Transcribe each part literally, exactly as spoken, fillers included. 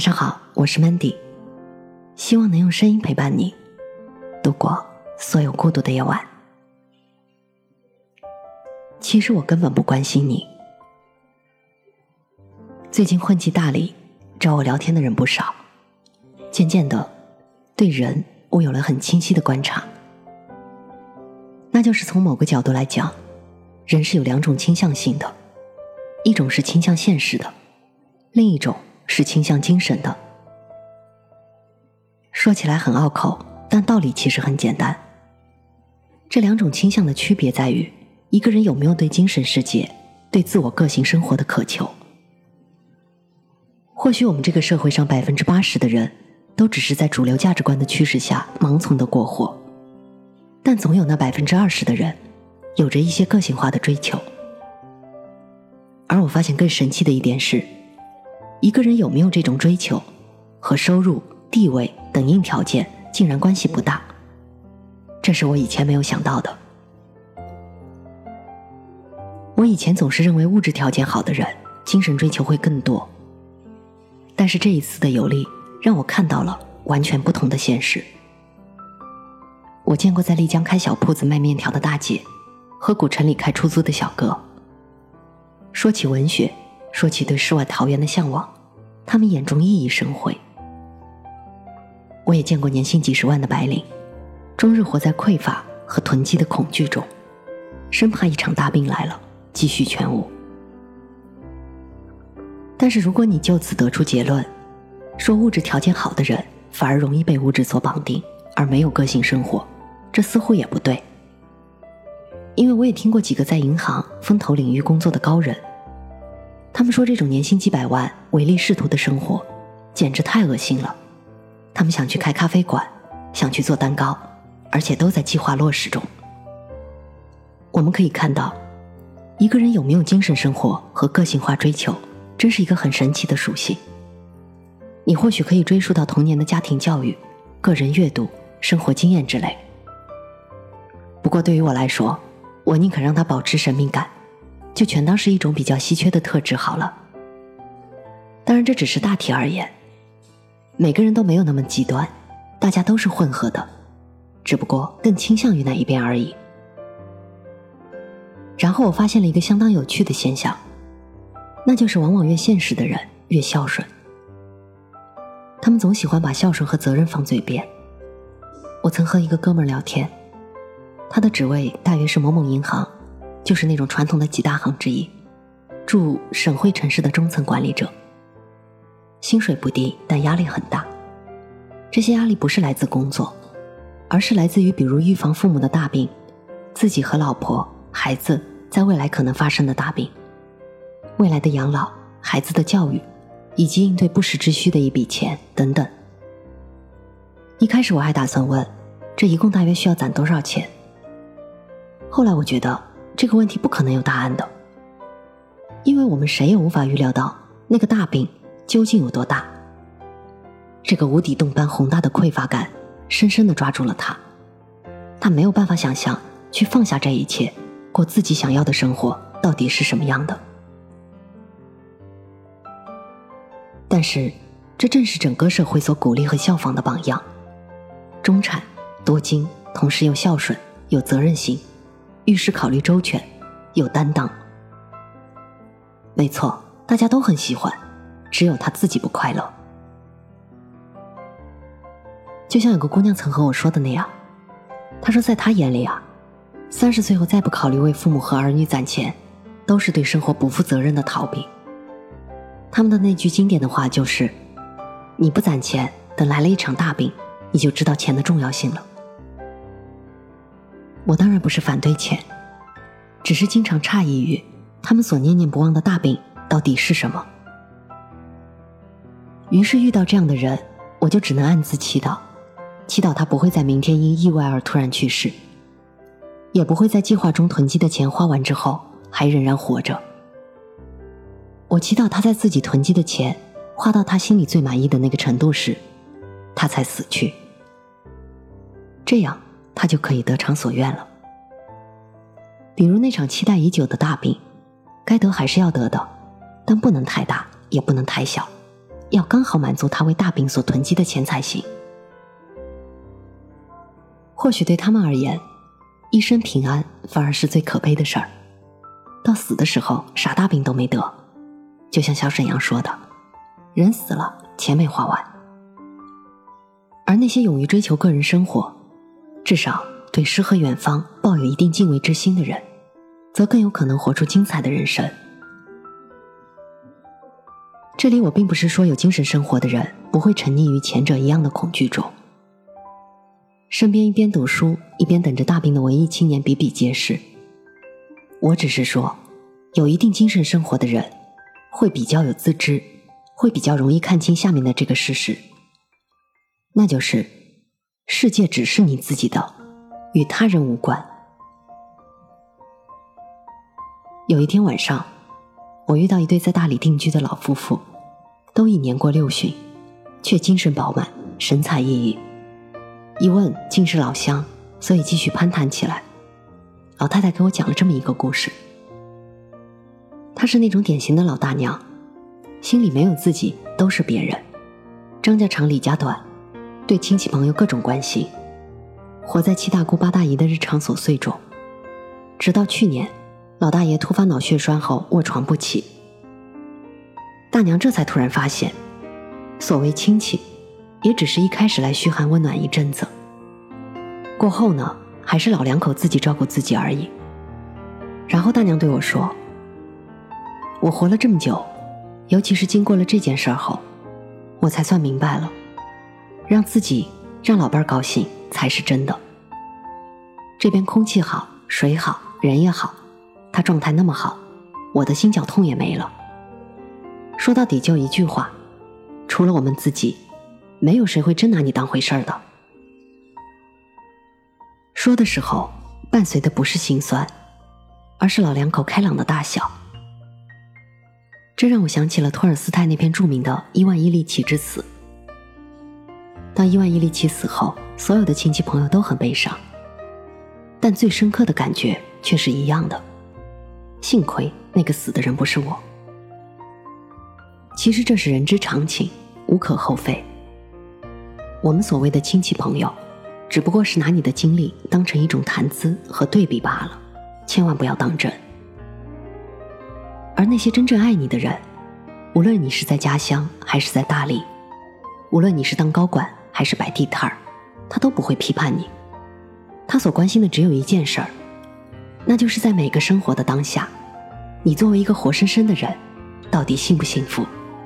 上好，我是 Mandy， 希望能用声音陪伴你度过所有孤独的夜晚。其实我根本不关心你。最近混迹大理，找我聊天的人不少，渐渐的对人我有了很清晰的观察，那就是从某个角度来讲，人是有两种倾向性的，一种是倾向现实的，另一种是倾向精神的。说起来很拗口，但道理其实很简单。这两种倾向的区别在于，一个人有没有对精神世界、对自我个性生活的渴求。或许我们这个社会上 百分之八十 的人都只是在主流价值观的驱使下盲从的过活，但总有那 百分之二十 的人有着一些个性化的追求。而我发现更神奇的一点是，一个人有没有这种追求和收入、地位等硬条件竟然关系不大，这是我以前没有想到的。我以前总是认为物质条件好的人精神追求会更多，但是这一次的游历让我看到了完全不同的现实。我见过在丽江开小铺子卖面条的大姐，和古城里开出租的小哥。说起文学，说起对世外桃源的向往，他们眼中熠熠生辉。我也见过年薪几十万的白领，终日活在匮乏和囤积的恐惧中，生怕一场大病来了积蓄全无。但是如果你就此得出结论，说物质条件好的人反而容易被物质所绑定，而没有个性生活，这似乎也不对。因为我也听过几个在银行风投领域工作的高人，他们说这种年薪几百万唯利是图的生活简直太恶心了。他们想去开咖啡馆，想去做蛋糕，而且都在计划落实中。我们可以看到，一个人有没有精神生活和个性化追求，真是一个很神奇的属性。你或许可以追溯到童年的家庭教育、个人阅读、生活经验之类。不过对于我来说，我宁可让它保持神秘感，就全当是一种比较稀缺的特质好了。当然这只是大体而言，每个人都没有那么极端，大家都是混合的，只不过更倾向于哪一边而已。然后我发现了一个相当有趣的现象，那就是往往越现实的人越孝顺。他们总喜欢把孝顺和责任放嘴边。我曾和一个哥们儿聊天，他的职位大约是某某银行，就是那种传统的几大行之一，驻省会城市的中层管理者。薪水不低，但压力很大。这些压力不是来自工作，而是来自于比如预防父母的大病，自己和老婆、孩子在未来可能发生的大病，未来的养老、孩子的教育，以及应对不时之需的一笔钱等等。一开始我还打算问，这一共大约需要攒多少钱？后来我觉得这个问题不可能有答案的，因为我们谁也无法预料到那个大病究竟有多大。这个无底洞般宏大的匮乏感深深地抓住了他，他没有办法想象去放下这一切，过自己想要的生活到底是什么样的。但是这正是整个社会所鼓励和效仿的榜样，中产、多金，同时又孝顺、有责任心，遇事考虑周全，有担当。没错，大家都很喜欢，只有他自己不快乐。就像有个姑娘曾和我说的那样，她说在她眼里啊，三十岁后再不考虑为父母和儿女攒钱，都是对生活不负责任的逃避。他们的那句经典的话就是，你不攒钱，等来了一场大病，你就知道钱的重要性了。我当然不是反对钱，只是经常诧异于他们所念念不忘的大病到底是什么。于是遇到这样的人，我就只能暗自祈祷，祈祷他不会在明天因意外而突然去世，也不会在计划中囤积的钱花完之后还仍然活着。我祈祷他在自己囤积的钱花到他心里最满意的那个程度时，他才死去，这样他就可以得偿所愿了。比如那场期待已久的大病，该得还是要得的，但不能太大，也不能太小， 要刚好满足他为大饼所囤积的钱才行。或许对他们而言，一生平安反而是最可悲的事儿，到死的时候啥大饼都没得，就像小沈阳说的，人死了钱没花完。而那些勇于追求个人生活，至少对诗和远方抱有一定敬畏之心的人，则更有可能活出精彩的人生。这里我并不是说有精神生活的人不会沉溺于前者一样的恐惧中。身边一边读书一边等着大病的文艺青年比比皆是。我只是说，有一定精神生活的人会比较有自知，会比较容易看清下面的这个事实，那就是世界只是你自己的，与他人无关。有一天晚上，我遇到一对在大理定居的老夫妇，都已年过六旬，却精神饱满，神采奕奕。一问竟是老乡，所以继续攀谈起来。老太太给我讲了这么一个故事。她是那种典型的老大娘，心里没有自己，都是别人，张家长李家短，对亲戚朋友各种关心，活在七大姑八大姨的日常琐碎中。直到去年，老大爷突发脑血栓后卧床不起，大娘这才突然发现，所谓亲戚也只是一开始来嘘寒问暖一阵子，过后呢，还是老两口自己照顾自己而已。然后大娘对我说，我活了这么久，尤其是经过了这件事后，我才算明白了，让自己让老伴儿高兴才是真的。这边空气好，水好，人也好，他状态那么好，我的心绞痛也没了。说到底就一句话，除了我们自己，没有谁会真拿你当回事儿的。说的时候伴随的不是心酸，而是老两口开朗的大笑。这让我想起了托尔斯泰那篇著名的伊万伊利奇之死。当伊万伊利奇死后，所有的亲戚朋友都很悲伤，但最深刻的感觉却是一样的，幸亏那个死的人不是我。其实这是人之常情，无可厚非。我们所谓的亲戚朋友，只不过是拿你的经历当成一种谈资和对比罢了，千万不要当真。而那些真正爱你的人，无论你是在家乡还是在大理，无论你是当高管还是摆地摊儿，他都不会批判你。他所关心的只有一件事儿，那就是在每个生活的当下，你作为一个活生生的人，到底幸不幸福？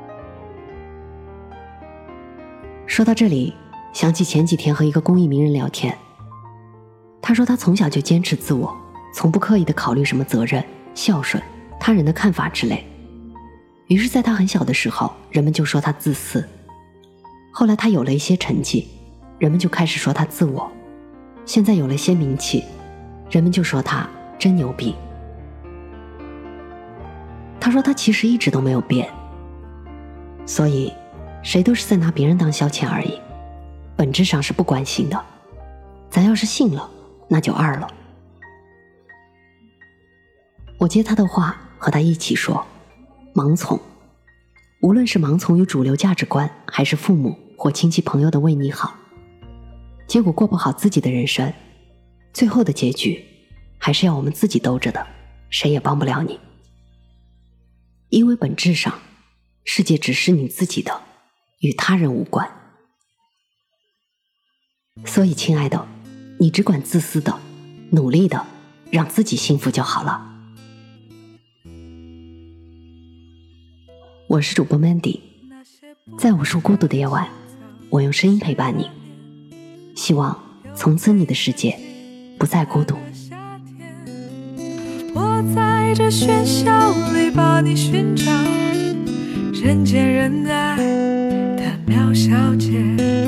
说到这里，想起前几天和一个公益名人聊天，他说他从小就坚持自我，从不刻意地考虑什么责任、孝顺、他人的看法之类。于是在他很小的时候，人们就说他自私。后来他有了一些成绩，人们就开始说他自我。现在有了些名气，人们就说他真牛逼。他说他其实一直都没有变，所以谁都是在拿别人当消遣而已，本质上是不关心的。咱要是信了，那就二了。我接他的话，和他一起说，盲从，无论是盲从于主流价值观，还是父母或亲戚朋友的为你好，结果过不好自己的人生，最后的结局还是要我们自己兜着的，谁也帮不了你。因为本质上，世界只是你自己的，与他人无关。所以亲爱的，你只管自私的，努力的，让自己幸福就好了。我是主播 Mandy， 在无数孤独的夜晚，我用声音陪伴你，希望从此你的世界不再孤独。 我在这喧嚣里把你寻找，人见人爱的苗小姐，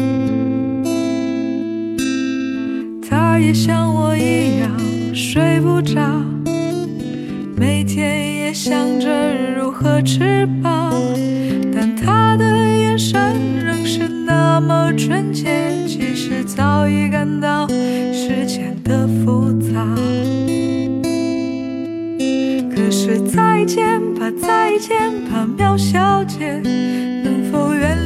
她也像我一样睡不着，每天也想着如何吃饱，但她的眼神仍是那么纯洁，其实早已感到世间的浮躁。可是再见吧，再见吧，苗小姐，能否原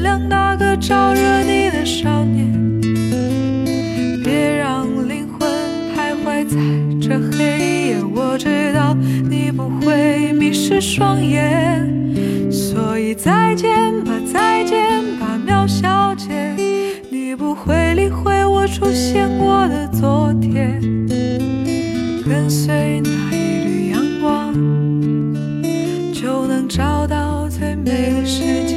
招惹你的少年，别让灵魂徘徊在这黑夜。我知道你不会迷失双眼，所以再见吧，再见吧，苗小姐，你不会理会我出现过的昨天。跟随那一缕阳光，就能找到最美的世界。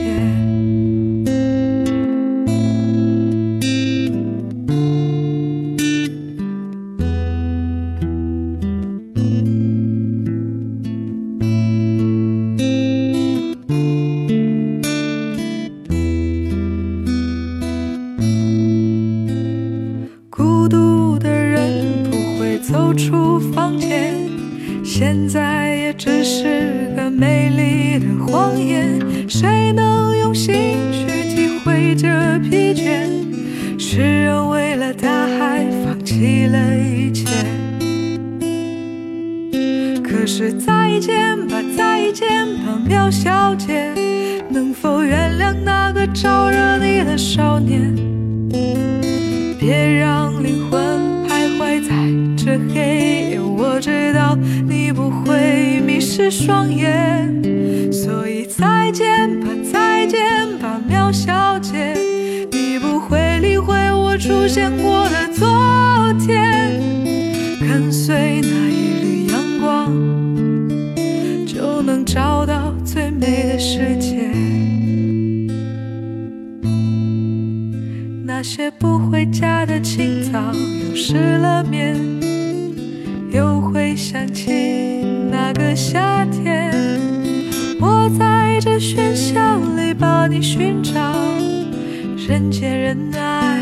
孤独的人不会走出房间，现在也只是个美丽的谎言。谁能用心去体会这疲倦？是人为了大海放弃了一切。可是再见吧，再见吧，苗小姐，能否原谅那个招惹你的少年？别让灵魂徘徊在这黑夜，我知道你不会迷失双眼，所以再见吧，再见吧，苗小姐，你不会理会我出现过的昨天。跟随那一缕阳光，就能找到最美的世界。那些不回家的清早又失了眠，又会想起那个夏天。我在这喧嚣里把你寻找，人见人爱